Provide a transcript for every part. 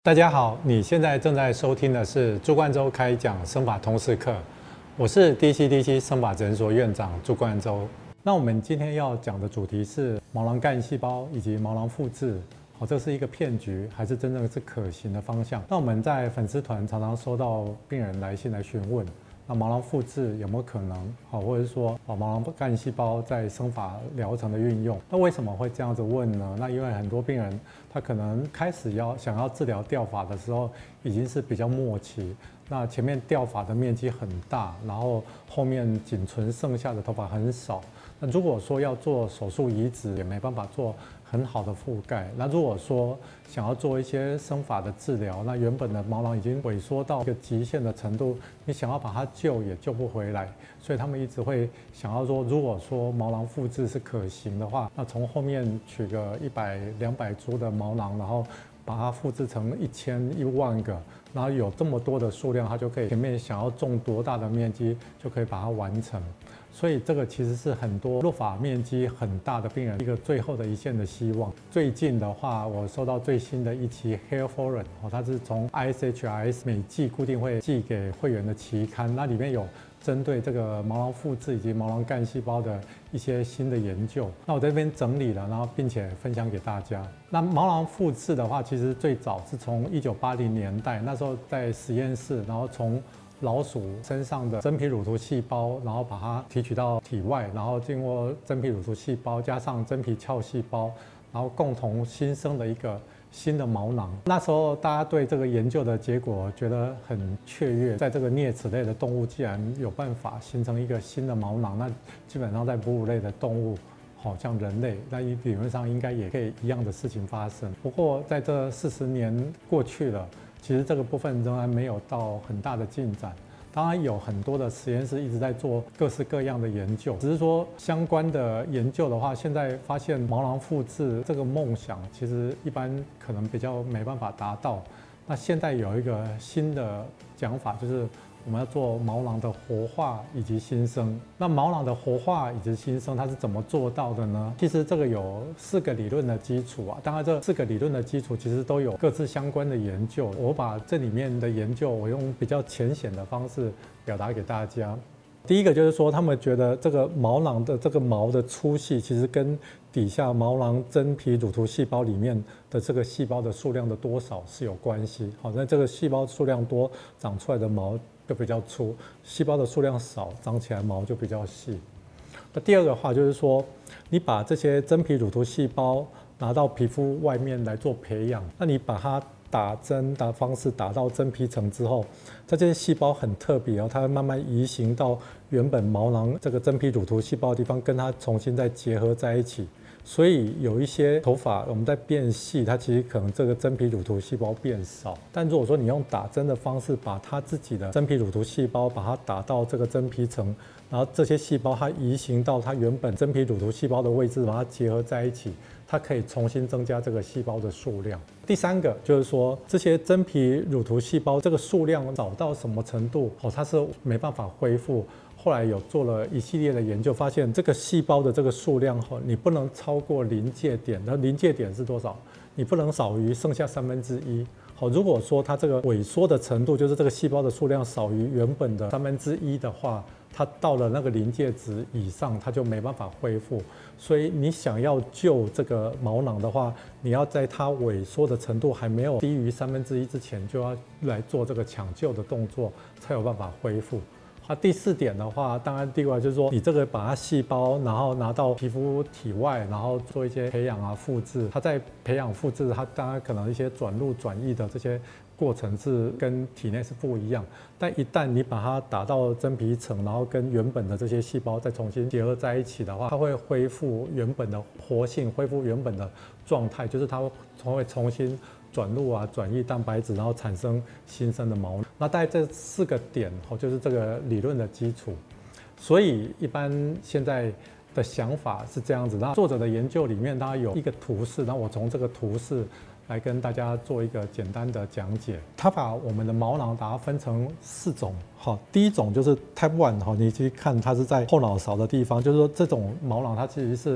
大家好，你现在正在收听的是朱冠洲开讲生法通识课，我是 DCDC 生法诊所院长朱冠洲。那我们今天要讲的主题是毛囊干细胞以及毛囊复制，这是一个骗局还是真正是可行的方向？那我们在粉丝团常常收到病人来信来询问，那毛囊复制有没有可能？或者是说毛囊干细胞在生法疗程的运用？那为什么会这样子问呢？那因为很多病人他可能开始想要治疗掉发的时候，已经是比较末期。那前面掉发的面积很大，然后后面仅存剩下的头发很少。那如果说要做手术移植，也没办法做很好的覆盖。那如果说想要做一些生发的治疗，那原本的毛囊已经萎缩到一个极限的程度，你想要把它救也救不回来。所以他们一直会想要说，如果说毛囊复制是可行的话，那从后面取个100、200株的毛囊，然后把它复制成1000、10000个，然后有这么多的数量，它就可以前面想要种多大的面积就可以把它完成。所以这个其实是很多落发面积很大的病人一个最后的一线的希望。最近的话，我收到最新的一期 Hair Forum， 它是从 ISHRS 每季固定会寄给会员的期刊，那里面有针对这个毛囊复制以及毛囊干细胞的一些新的研究，那我这边整理了，然后并且分享给大家。那毛囊复制的话，其实最早是从1980年代，那时候在实验室，然后从老鼠身上的真皮乳头细胞，然后把它提取到体外，然后经过真皮乳头细胞加上真皮鞘细胞，然后共同新生的一个新的毛囊。那时候大家对这个研究的结果觉得很雀跃，在这个啮齿类的动物既然有办法形成一个新的毛囊，那基本上在哺乳类的动物，像人类，那理论上应该也可以一样的事情发生。不过在这40年过去了，其实这个部分仍然没有到很大的进展。当然有很多的实验室一直在做各式各样的研究，只是说相关的研究的话，现在发现毛囊复制这个梦想，其实一般可能比较没办法达到。那现在有一个新的讲法，就是我们要做毛囊的活化以及新生。那毛囊的活化以及新生，它是怎么做到的呢？其实这个有4个理论的基础啊。当然，这4个理论的基础其实都有各自相关的研究。我把这里面的研究，我用比较浅显的方式表达给大家。第一个就是说，他们觉得这个毛囊的这个毛的粗细，其实跟底下毛囊真皮乳头细胞里面的这个细胞的数量的多少是有关系。那这个细胞数量多，长出来的毛就比较粗；细胞的数量少，长起来毛就比较细。那第二个话就是说，你把这些真皮乳头细胞拿到皮肤外面来做培养，那你把它打针的方式打到真皮层之后，这些细胞很特别它会慢慢移行到原本毛囊这个真皮乳头细胞的地方，跟它重新再结合在一起。所以有一些头发我们在变细，它其实可能这个真皮乳头细胞变少。但如果说你用打针的方式把它自己的真皮乳头细胞把它打到这个真皮层，然后这些细胞它移行到它原本真皮乳头细胞的位置，把它结合在一起，它可以重新增加这个细胞的数量。第三个就是说，这些真皮乳头细胞这个数量少到什么程度，它是没办法恢复。后来有做了一系列的研究，发现这个细胞的这个数量，你不能超过临界点。那临界点是多少？你不能少于剩下1/3。如果说它这个萎缩的程度，就是这个细胞的数量少于原本的1/3的话，它到了那个临界值以上，它就没办法恢复。所以你想要救这个毛囊的话，你要在它萎缩的程度还没有低于1/3之前，就要来做这个抢救的动作，才有办法恢复。第4点的话，当然第一个就是说，你这个把它细胞，然后拿到皮肤体外，然后做一些培养啊、复制。它在培养复制，它当然可能一些转录转译的这些过程是跟体内是不一样。但一旦你把它打到真皮层，然后跟原本的这些细胞再重新结合在一起的话，它会恢复原本的活性，恢复原本的状态，就是它会重新转录啊、转译蛋白质，然后产生新生的毛囊。那大概这4个点就是这个理论的基础。所以一般现在的想法是这样子。那作者的研究里面，他有一个图示，然后我从这个图示来跟大家做一个简单的讲解。他把我们的毛囊把它分成4种。第一种就是 Type 1，你去看它是在后脑勺的地方，就是说这种毛囊它其实是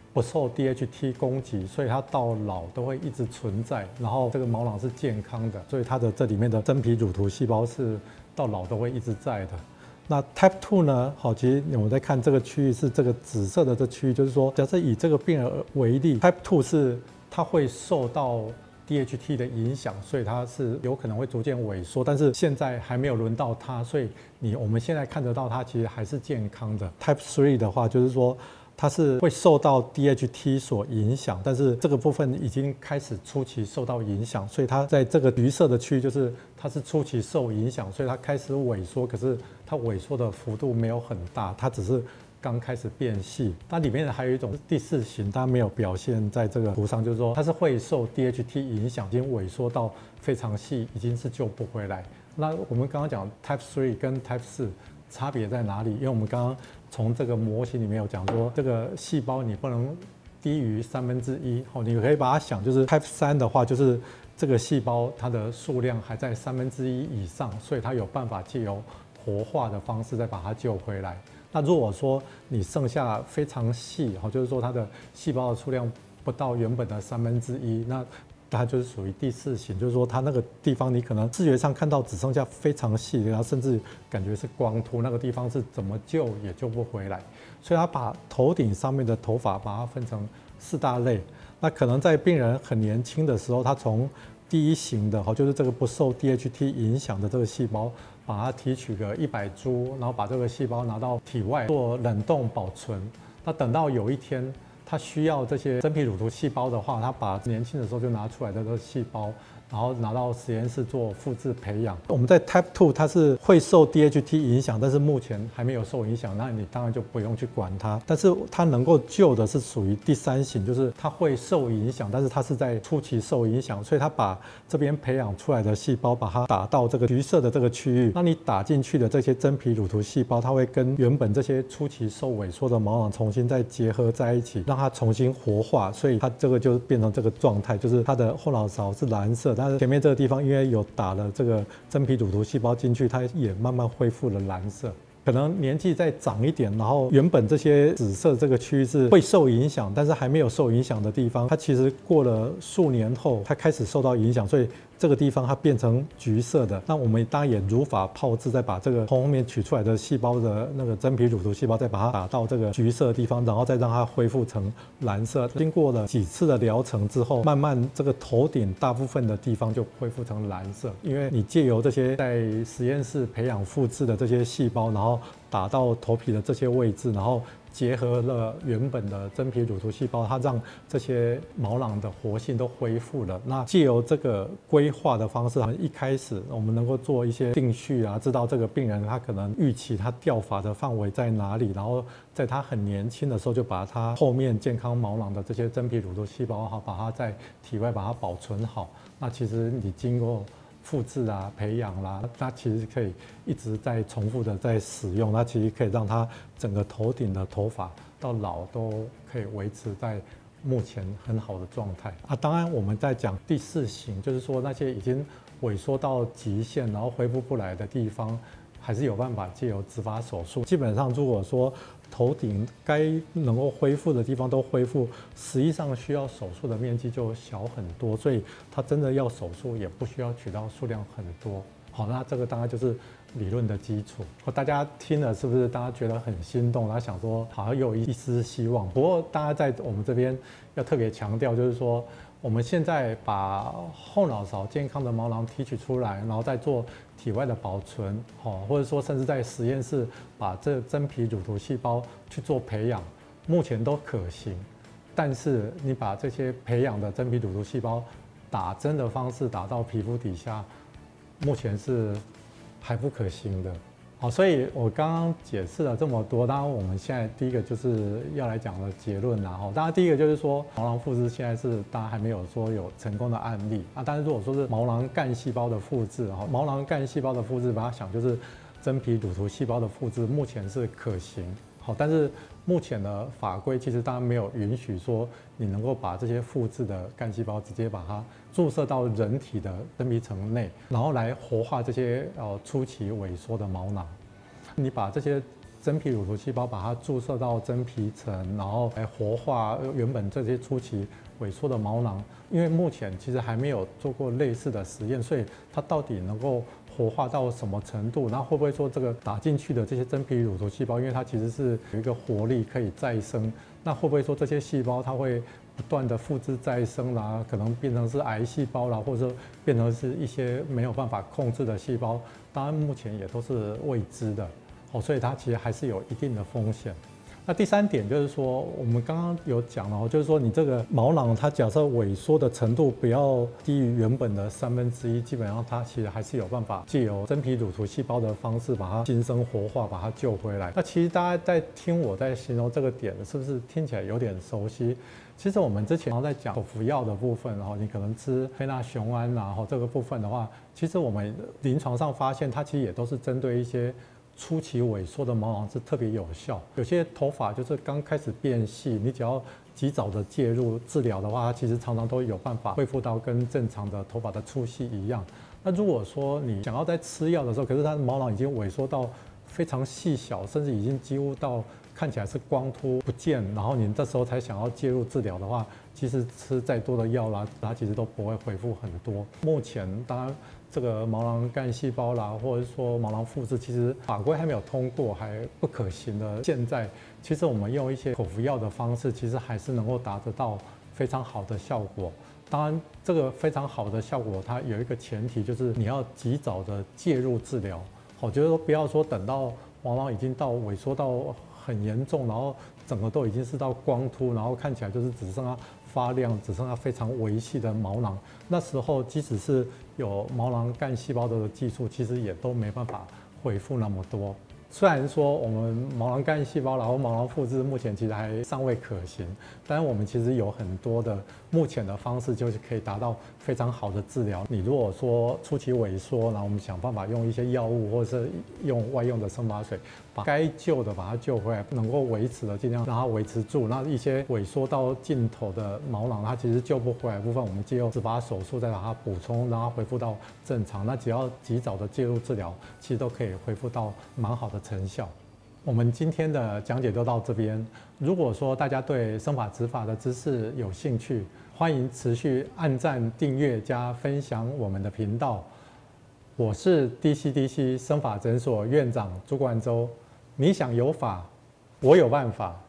不受 DHT 攻击，所以它到老都会一直存在，然后这个毛囊是健康的，所以它的这里面的真皮乳头细胞是到老都会一直在的。那 Type 2呢？好，其实我们在看这个区域是这个紫色的这区域，就是说，假设以这个病人为例 ，Type 2是它会受到 DHT 的影响，所以它是有可能会逐渐萎缩，但是现在还没有轮到它，所以我们现在看得到它其实还是健康的。Type 3的话，就是说它是会受到 DHT 所影响，但是这个部分已经开始初期受到影响，所以它在这个橘色的区域就是它是初期受影响，所以它开始萎缩，可是它萎缩的幅度没有很大，它只是刚开始变细。它里面还有一种第4型，它没有表现在这个图上，就是说它是会受 DHT 影响，已经萎缩到非常细，已经是救不回来。那我们刚刚讲 Type 3跟 Type 4差别在哪里？因为我们刚刚从这个模型里面有讲说，这个细胞你不能低于1/3，你可以把它想，就是 Type 3的话，就是这个细胞它的数量还在1/3以上，所以它有办法借由活化的方式再把它救回来。那如果说你剩下非常细，就是说它的细胞的数量不到原本的1/3，那它就是属于第4型，就是说它那个地方你可能视觉上看到只剩下非常细，然后甚至感觉是光秃，那个地方是怎么救也救不回来。所以它把头顶上面的头发把它分成4大类。那可能在病人很年轻的时候，他从第1型的，就是这个不受 DHT 影响的这个细胞，把它提取个100株，然后把这个细胞拿到体外做冷冻保存。那等到有一天他需要这些真皮乳头细胞的话，他把年轻的时候就拿出来的这个细胞，然后拿到实验室做复制培养。我们在 Type 2它是会受 DHT 影响，但是目前还没有受影响，那你当然就不用去管它。但是它能够救的是属于第3型，就是它会受影响，但是它是在初期受影响，所以它把这边培养出来的细胞把它打到这个橘色的这个区域，那你打进去的这些真皮乳头细胞，它会跟原本这些初期受萎缩的毛囊重新再结合在一起，让它重新活化，所以它这个就变成这个状态，就是它的后脑勺是蓝色，但是前面这个地方因为有打了这个真皮乳头细胞进去，它也慢慢恢复了蓝色。可能年纪再长一点，然后原本这些紫色这个区域是会受影响，但是还没有受影响的地方，它其实过了数年后，它开始受到影响，所以这个地方它变成橘色的。那我们当然也如法炮制，再把这个从后面取出来的细胞的那个真皮乳头细胞，再把它打到这个橘色的地方，然后再让它恢复成蓝色。经过了几次的疗程之后，慢慢这个头顶大部分的地方就恢复成蓝色，因为你借由这些在实验室培养复制的这些细胞，然后打到头皮的这些位置，然后结合了原本的真皮乳头细胞，它让这些毛囊的活性都恢复了。那借由这个规划的方式，一开始我们能够做一些定序啊，知道这个病人他可能预期他掉发的范围在哪里，然后在他很年轻的时候就把他后面健康毛囊的这些真皮乳头细胞把它在体外把它保存好。那其实你经过复制啊、培养啦，它其实可以一直在重复的在使用，它其实可以让它整个头顶的头发到老都可以维持在目前很好的状态啊。当然我们在讲第4型，就是说那些已经萎缩到极限，然后恢复不来的地方，还是有办法借由植发手术。基本上如果说头顶该能够恢复的地方都恢复，实际上需要手术的面积就小很多，所以它真的要手术也不需要取到数量很多。好，那这个当然就是理论的基础。大家听了是不是大家觉得很心动？然后想说好像有一丝希望。不过大家在我们这边要特别强调，就是说我们现在把后脑勺健康的毛囊提取出来，然后再做体外的保存，或者说甚至在实验室把这真皮乳头细胞去做培养，目前都可行。但是你把这些培养的真皮乳头细胞打针的方式打到皮肤底下，目前是还不可行的。好，所以我刚刚解释了这么多，当然我们现在第一个就是要来讲的结论啦。当然第一个就是说毛囊复制现在是大家还没有说有成功的案例啊。但是如果说是毛囊干细胞的复制，毛囊干细胞的复制，把它想就是真皮乳头细胞的复制，目前是可行。好，但是目前的法规其实当然没有允许说你能够把这些复制的干细胞直接把它注射到人体的真皮层内，然后来活化这些初期萎缩的毛囊。你把这些真皮乳头细胞，把它注射到真皮层，然后来活化原本这些初期萎缩的毛囊。因为目前其实还没有做过类似的实验，所以它到底能够活化到什么程度？那会不会说这个打进去的这些真皮乳头细胞，因为它其实是有一个活力可以再生，那会不会说这些细胞它会不断的复制再生啦，可能变成是癌细胞啦，或者说变成是一些没有办法控制的细胞？当然目前也都是未知的，所以它其实还是有一定的风险。那第三点就是说，我们刚刚有讲了，就是说你这个毛囊它假设萎缩的程度不要低于原本的1/3，基本上它其实还是有办法借由真皮乳头细胞的方式把它新生活化，把它救回来。那其实大家在听我在形容这个点，是不是听起来有点熟悉？其实我们之前在讲口服药的部分，你可能吃非那雄胺这个部分的话，其实我们临床上发现它其实也都是针对一些初期萎缩的毛囊是特别有效。有些头发就是刚开始变细，你只要及早的介入治疗的话，它其实常常都有办法恢复到跟正常的头发的粗细一样。那如果说你想要在吃药的时候，可是它的毛囊已经萎缩到非常细小，甚至已经几乎到看起来是光秃不见，然后你这时候才想要介入治疗的话，其实吃再多的药啦，它其实都不会恢复很多。目前当然这个毛囊干细胞啦，或者说毛囊复制，其实法规还没有通过，还不可行的。现在其实我们用一些口服药的方式，其实还是能够达得到非常好的效果。当然，这个非常好的效果，它有一个前提，就是你要及早的介入治疗。就是说不要说等到毛囊已经到萎缩到很严重，然后整个都已经是到光秃，然后看起来就是只剩下发亮，只剩下非常微细的毛囊。那时候即使是有毛囊干细胞的技术，其实也都没办法恢复那么多。虽然说我们毛囊干细胞然后毛囊复制目前其实还尚未可行，但是我们其实有很多的目前的方式，就是可以达到非常好的治疗。你如果说初期萎缩，然后我们想办法用一些药物或者是用外用的生发水，把该救的把它救回来，能够维持的尽量让它维持住。那一些萎缩到尽头的毛囊，它其实救不回来的部分，我们借由植发手术再把它补充，让它恢复到正常。那只要及早的介入治疗，其实都可以恢复到蛮好的成效。我们今天的讲解就到这边。如果说大家对生发植发的知识有兴趣，欢迎持续按赞、订阅加分享我们的频道。我是 DCDC 生发诊所院长朱冠洲。你想有发，我有办法。